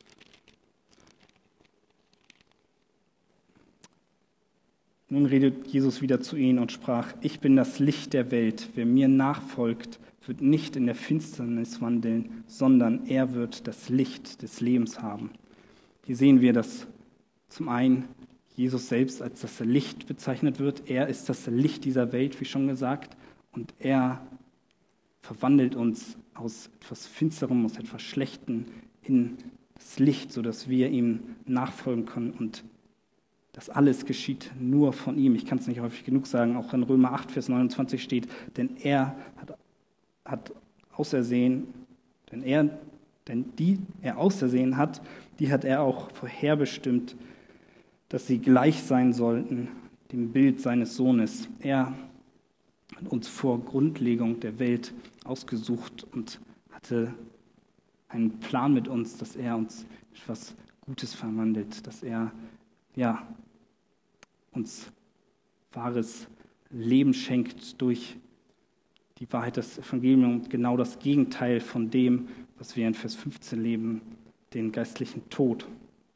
Speaker 1: Nun redet Jesus wieder zu ihnen und sprach, ich bin das Licht der Welt. Wer mir nachfolgt, wird nicht in der Finsternis wandeln, sondern er wird das Licht des Lebens haben. Hier sehen wir, dass zum einen Jesus selbst als das Licht bezeichnet wird. Er ist das Licht dieser Welt, wie schon gesagt, und er verwandelt uns aus etwas Finsterem, aus etwas Schlechtem in das Licht, sodass wir ihm nachfolgen können. Und das alles geschieht nur von ihm. Ich kann es nicht häufig genug sagen, auch in Römer 8, Vers 29 steht, denn er hat ausersehen, denn die er ausersehen hat, die hat er auch vorherbestimmt, dass sie gleich sein sollten dem Bild seines Sohnes. Er hat uns vor Grundlegung der Welt ausgesucht und hatte einen Plan mit uns, dass er uns etwas Gutes verwandelt, dass er uns wahres Leben schenkt durch die Wahrheit des Evangeliums, genau das Gegenteil von dem, was wir in Vers 15 leben, den geistlichen Tod.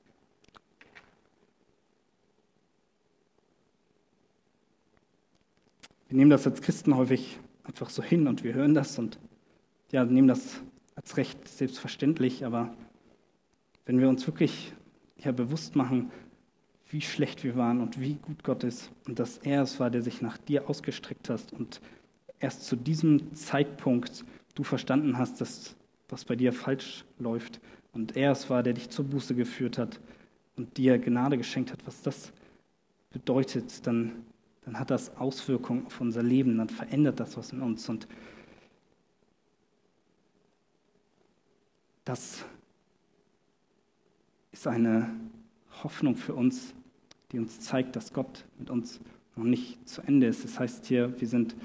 Speaker 1: Wir nehmen das als Christen häufig einfach so hin und wir hören das und nehmen das als recht selbstverständlich, aber wenn wir uns wirklich bewusst machen, wie schlecht wir waren und wie gut Gott ist und dass er es war, der sich nach dir ausgestreckt hat und erst zu diesem Zeitpunkt du verstanden hast, dass was bei dir falsch läuft und er es war, der dich zur Buße geführt hat und dir Gnade geschenkt hat, was das bedeutet, dann dann hat das Auswirkungen auf unser Leben, dann verändert das was in uns. Und das ist eine Hoffnung für uns, die uns zeigt, dass Gott mit uns noch nicht zu Ende ist. Das heißt hier, wir sind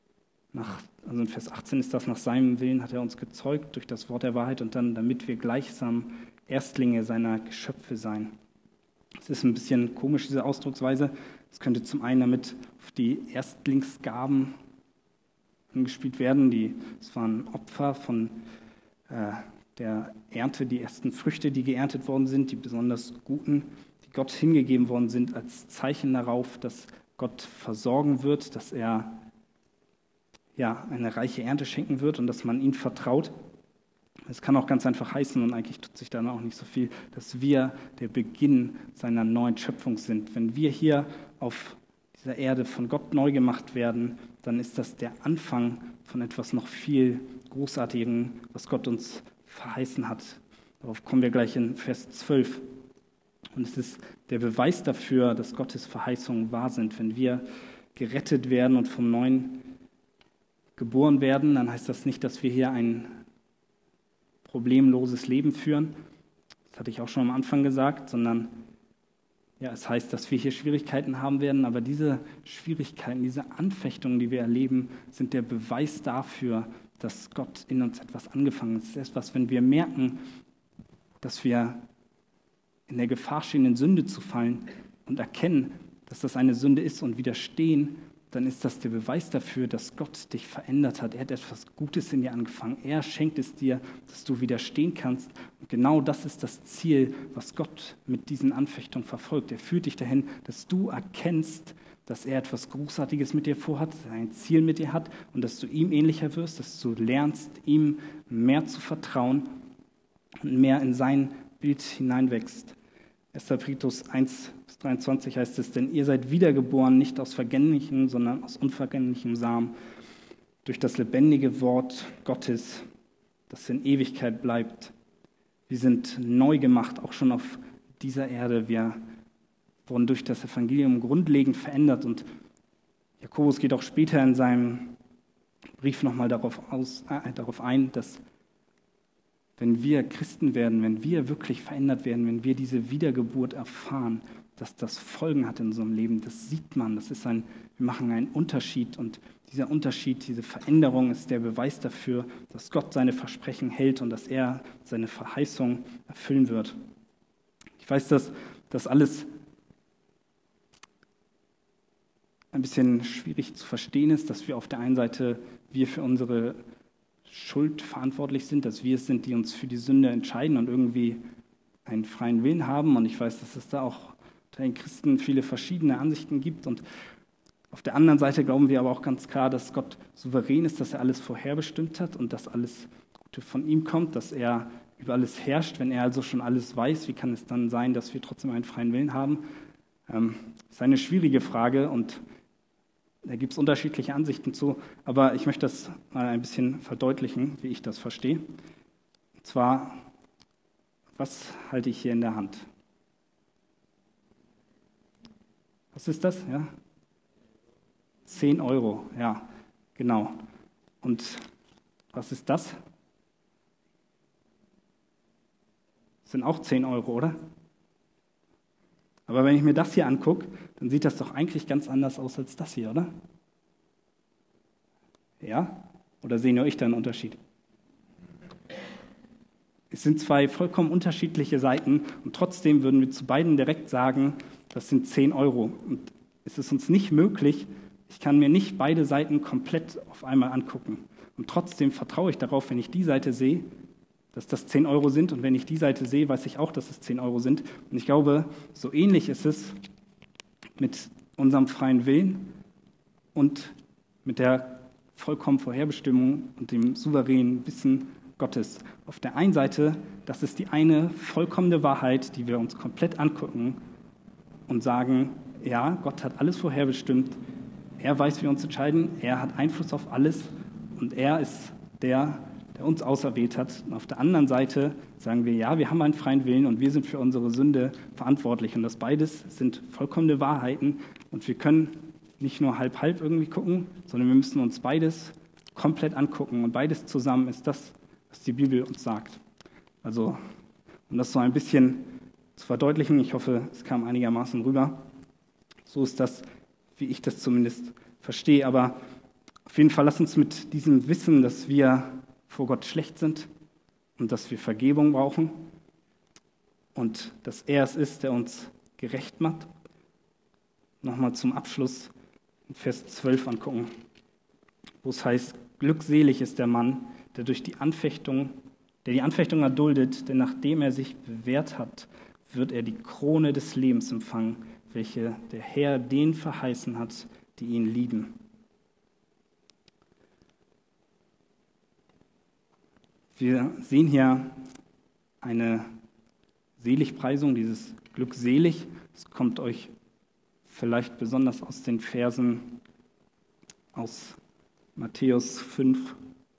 Speaker 1: also in Vers 18 ist das, nach seinem Willen hat er uns gezeugt durch das Wort der Wahrheit und dann, damit wir gleichsam Erstlinge seiner Geschöpfe sein. Es ist ein bisschen komisch, diese Ausdrucksweise. Es könnte zum einen damit auf die Erstlingsgaben angespielt werden. Es waren Opfer von der Ernte, die ersten Früchte, die geerntet worden sind, die besonders guten, die Gott hingegeben worden sind, als Zeichen darauf, dass Gott versorgen wird, dass er eine reiche Ernte schenken wird und dass man ihm vertraut. Es kann auch ganz einfach heißen, und eigentlich tut sich dann auch nicht so viel, dass wir der Beginn seiner neuen Schöpfung sind. Wenn wir hier auf dieser Erde von Gott neu gemacht werden, dann ist das der Anfang von etwas noch viel Großartigem, was Gott uns verheißen hat. Darauf kommen wir gleich in Vers 12. Und es ist der Beweis dafür, dass Gottes Verheißungen wahr sind. Wenn wir gerettet werden und vom Neuen geboren werden, dann heißt das nicht, dass wir hier ein problemloses Leben führen. Das hatte ich auch schon am Anfang gesagt, sondern es heißt, dass wir hier Schwierigkeiten haben werden, aber diese Schwierigkeiten, diese Anfechtungen, die wir erleben, sind der Beweis dafür, dass Gott in uns etwas angefangen hat. Es ist etwas, wenn wir merken, dass wir in der Gefahr stehen, in Sünde zu fallen und erkennen, dass das eine Sünde ist und widerstehen, dann ist das der Beweis dafür, dass Gott dich verändert hat. Er hat etwas Gutes in dir angefangen. Er schenkt es dir, dass du widerstehen kannst. Und genau das ist das Ziel, was Gott mit diesen Anfechtungen verfolgt. Er führt dich dahin, dass du erkennst, dass er etwas Großartiges mit dir vorhat, dass er ein Ziel mit dir hat und dass du ihm ähnlicher wirst, dass du lernst, ihm mehr zu vertrauen und mehr in sein Bild hineinwächst. 1. Petrus 1,23 heißt es, denn ihr seid wiedergeboren, nicht aus vergänglichem, sondern aus unvergänglichem Samen, durch das lebendige Wort Gottes, das in Ewigkeit bleibt. Wir sind neu gemacht, auch schon auf dieser Erde. Wir wurden durch das Evangelium grundlegend verändert. Und Jakobus geht auch später in seinem Brief nochmal darauf ein, dass wenn wir Christen werden, wenn wir wirklich verändert werden, wenn wir diese Wiedergeburt erfahren, dass das Folgen hat in unserem Leben, das sieht man, wir machen einen Unterschied und dieser Unterschied, diese Veränderung ist der Beweis dafür, dass Gott seine Versprechen hält und dass er seine Verheißung erfüllen wird. Ich weiß, dass das alles ein bisschen schwierig zu verstehen ist, dass wir auf der einen Seite für unsere Schuld verantwortlich sind, dass wir es sind, die uns für die Sünde entscheiden und irgendwie einen freien Willen haben. Und ich weiß, dass es da auch unter den Christen viele verschiedene Ansichten gibt. Und auf der anderen Seite glauben wir aber auch ganz klar, dass Gott souverän ist, dass er alles vorherbestimmt hat und dass alles Gute von ihm kommt, dass er über alles herrscht. Wenn er also schon alles weiß, wie kann es dann sein, dass wir trotzdem einen freien Willen haben? Das ist eine schwierige Frage und da gibt es unterschiedliche Ansichten zu, aber ich möchte das mal ein bisschen verdeutlichen, wie ich das verstehe. Und zwar, was halte ich hier in der Hand? Was ist das? Ja? 10 Euro, ja, genau. Und was ist das? Das sind auch 10 Euro, oder? Aber wenn ich mir das hier angucke, dann sieht das doch eigentlich ganz anders aus als das hier, oder? Ja? Oder sehe nur ich da einen Unterschied? Es sind zwei vollkommen unterschiedliche Seiten und trotzdem würden wir zu beiden direkt sagen, das sind 10 Euro. Und es ist uns nicht möglich, ich kann mir nicht beide Seiten komplett auf einmal angucken. Und trotzdem vertraue ich darauf, wenn ich die Seite sehe, dass das 10 Euro sind und wenn ich die Seite sehe, weiß ich auch, dass es 10 Euro sind. Und ich glaube, so ähnlich ist es mit unserem freien Willen und mit der vollkommenen Vorherbestimmung und dem souveränen Wissen Gottes. Auf der einen Seite, das ist die eine vollkommene Wahrheit, die wir uns komplett angucken und sagen, ja, Gott hat alles vorherbestimmt, er weiß, wie wir uns entscheiden, er hat Einfluss auf alles und er ist der uns auserwählt hat. Und auf der anderen Seite sagen wir, ja, wir haben einen freien Willen und wir sind für unsere Sünde verantwortlich. Und das beides sind vollkommene Wahrheiten und wir können nicht nur halb irgendwie gucken, sondern wir müssen uns beides komplett angucken. Und beides zusammen ist das, was die Bibel uns sagt. Also, um das so ein bisschen zu verdeutlichen, ich hoffe, es kam einigermaßen rüber. So ist das, wie ich das zumindest verstehe. Aber auf jeden Fall lasst uns mit diesem Wissen, dass wir vor Gott schlecht sind und dass wir Vergebung brauchen und dass er es ist, der uns gerecht macht, nochmal zum Abschluss in Vers 12 angucken, wo es heißt, glückselig ist der Mann, der die Anfechtung erduldet, denn nachdem er sich bewährt hat, wird er die Krone des Lebens empfangen, welche der Herr denen verheißen hat, die ihn lieben. Wir sehen hier eine Seligpreisung, dieses glückselig. Es kommt euch vielleicht besonders aus den Versen aus Matthäus 5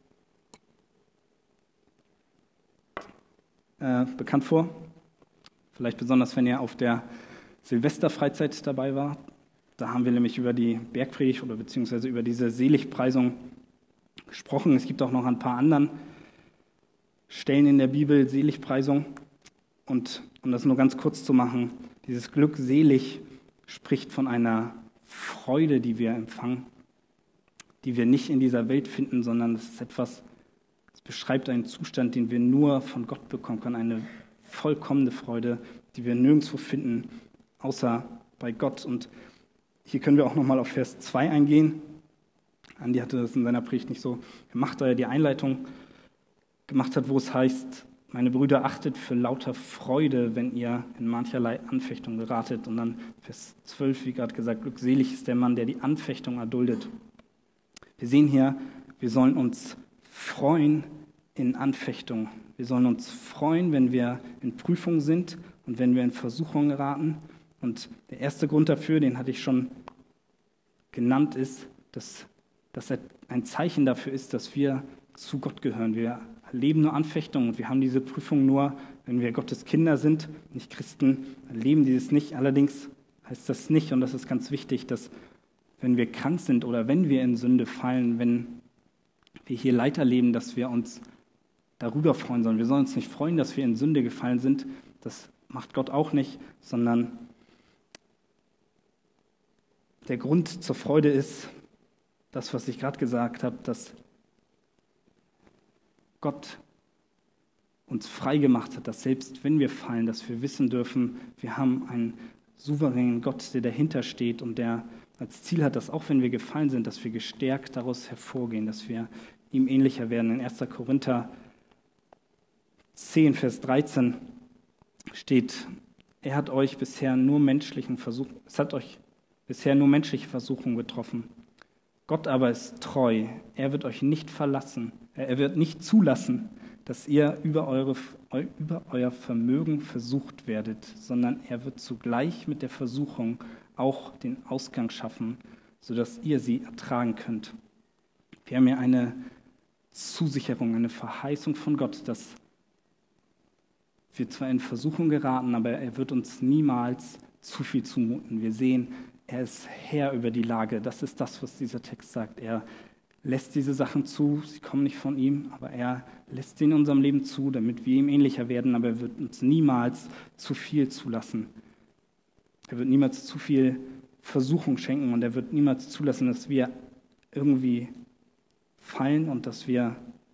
Speaker 1: bekannt vor. Vielleicht besonders, wenn ihr auf der Silvesterfreizeit dabei wart. Da haben wir nämlich über die Bergpredigt oder beziehungsweise über diese Seligpreisung gesprochen. Es gibt auch noch ein paar anderen Stellen in der Bibel, Seligpreisung. Und um das nur ganz kurz zu machen, dieses glückselig spricht von einer Freude, die wir empfangen, die wir nicht in dieser Welt finden, sondern es ist etwas, es beschreibt einen Zustand, den wir nur von Gott bekommen können, eine vollkommene Freude, die wir nirgendwo finden, außer bei Gott. Und hier können wir auch nochmal auf Vers 2 eingehen. Andi hatte das in seiner Predigt nicht so gemacht, da er die Einleitung gemacht hat, wo es heißt, meine Brüder, achtet für lauter Freude, wenn ihr in mancherlei Anfechtung geratet. Und dann Vers 12, wie gerade gesagt, glückselig ist der Mann, der die Anfechtung erduldet. Wir sehen hier, wir sollen uns freuen in Anfechtung. Wir sollen uns freuen, wenn wir in Prüfung sind und wenn wir in Versuchung geraten. Und der erste Grund dafür, den hatte ich schon genannt, ist, dass ein Zeichen dafür ist, dass wir zu Gott gehören. Wir erleben nur Anfechtung und wir haben diese Prüfung nur, wenn wir Gottes Kinder sind, nicht Christen, erleben dieses nicht. Allerdings heißt das nicht, und das ist ganz wichtig, dass wenn wir krank sind oder wenn wir in Sünde fallen, wenn wir hier Leid erleben, dass wir uns darüber freuen sollen. Wir sollen uns nicht freuen, dass wir in Sünde gefallen sind. Das macht Gott auch nicht, sondern der Grund zur Freude ist das, was ich gerade gesagt habe, dass Gott uns frei gemacht hat, dass selbst wenn wir fallen, dass wir wissen dürfen, wir haben einen souveränen Gott, der dahinter steht und der als Ziel hat, dass auch wenn wir gefallen sind, dass wir gestärkt daraus hervorgehen, dass wir ihm ähnlicher werden. In 1. Korinther 10, Vers 13 steht, es hat euch bisher nur menschliche Versuchungen getroffen. Gott aber ist treu, er wird euch nicht verlassen, er wird nicht zulassen, dass ihr über euer Vermögen versucht werdet, sondern er wird zugleich mit der Versuchung auch den Ausgang schaffen, sodass ihr sie ertragen könnt. Wir haben hier eine Zusicherung, eine Verheißung von Gott, dass wir zwar in Versuchung geraten, aber er wird uns niemals zu viel zumuten. Wir sehen, er ist Herr über die Lage. Das ist das, was dieser Text sagt. Er lässt diese Sachen zu, sie kommen nicht von ihm, aber er lässt sie in unserem Leben zu, damit wir ihm ähnlicher werden, aber er wird uns niemals zu viel zulassen. Er wird niemals zu viel Versuchung schenken und er wird niemals zulassen, dass wir irgendwie fallen und dass wir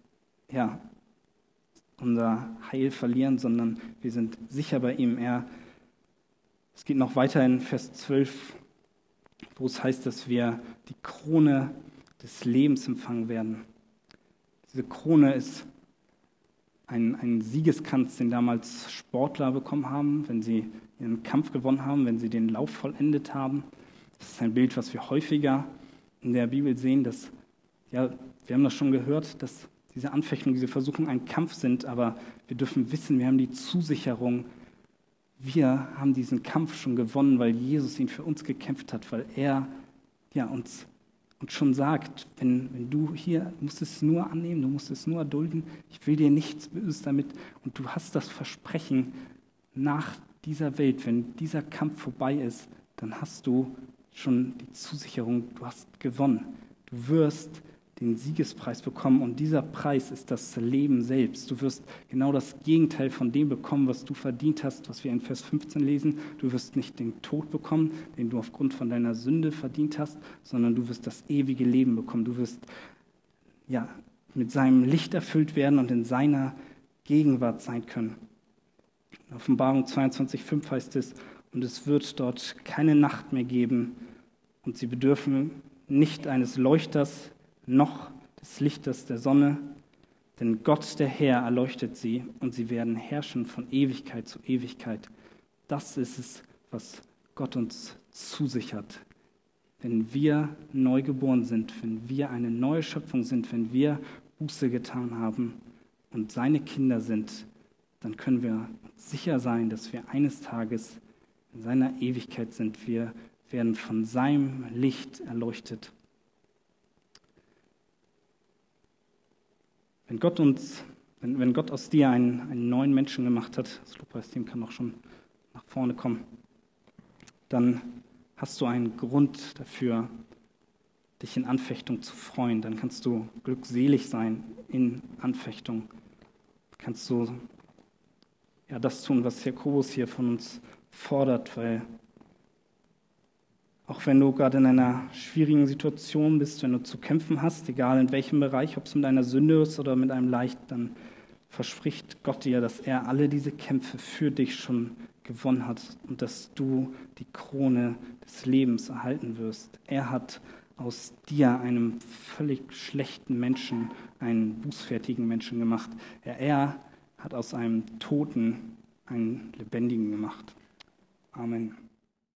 Speaker 1: unser Heil verlieren, sondern wir sind sicher bei ihm. Es geht noch weiter in Vers 12, wo es heißt, dass wir die Krone des Lebens empfangen werden. Diese Krone ist ein Siegeskranz, den damals Sportler bekommen haben, wenn sie ihren Kampf gewonnen haben, wenn sie den Lauf vollendet haben. Das ist ein Bild, was wir häufiger in der Bibel sehen, wir haben das schon gehört, dass diese Anfechtung, diese Versuchung ein Kampf sind, aber wir dürfen wissen, wir haben die Zusicherung, wir haben diesen Kampf schon gewonnen, weil Jesus ihn für uns gekämpft hat, weil er uns schon sagt, wenn du hier, du musst es nur annehmen, du musst es nur erdulden, ich will dir nichts Böses damit und du hast das Versprechen, nach dieser Welt, wenn dieser Kampf vorbei ist, dann hast du schon die Zusicherung, du hast gewonnen. Du wirst den Siegespreis bekommen und dieser Preis ist das Leben selbst. Du wirst genau das Gegenteil von dem bekommen, was du verdient hast, was wir in Vers 15 lesen. Du wirst nicht den Tod bekommen, den du aufgrund von deiner Sünde verdient hast, sondern du wirst das ewige Leben bekommen. Du wirst mit seinem Licht erfüllt werden und in seiner Gegenwart sein können. In Offenbarung 22,5 heißt es, und es wird dort keine Nacht mehr geben und sie bedürfen nicht eines Leuchters noch des Lichtes der Sonne, denn Gott, der Herr, erleuchtet sie und sie werden herrschen von Ewigkeit zu Ewigkeit. Das ist es, was Gott uns zusichert. Wenn wir neu geboren sind, wenn wir eine neue Schöpfung sind, wenn wir Buße getan haben und seine Kinder sind, dann können wir sicher sein, dass wir eines Tages in seiner Ewigkeit sind. Wir werden von seinem Licht erleuchtet. Wenn Gott aus dir einen neuen Menschen gemacht hat, das Lobpreisteam kann auch schon nach vorne kommen, dann hast du einen Grund dafür, dich in Anfechtung zu freuen. Dann kannst du glückselig sein in Anfechtung. Kannst du das tun, was Jakobus hier von uns fordert, weil auch wenn du gerade in einer schwierigen Situation bist, wenn du zu kämpfen hast, egal in welchem Bereich, ob es mit einer Sünde ist oder mit einem Leid, dann verspricht Gott dir, dass er alle diese Kämpfe für dich schon gewonnen hat und dass du die Krone des Lebens erhalten wirst. Er hat aus dir, einem völlig schlechten Menschen, einen bußfertigen Menschen gemacht. Er hat aus einem Toten einen Lebendigen gemacht. Amen.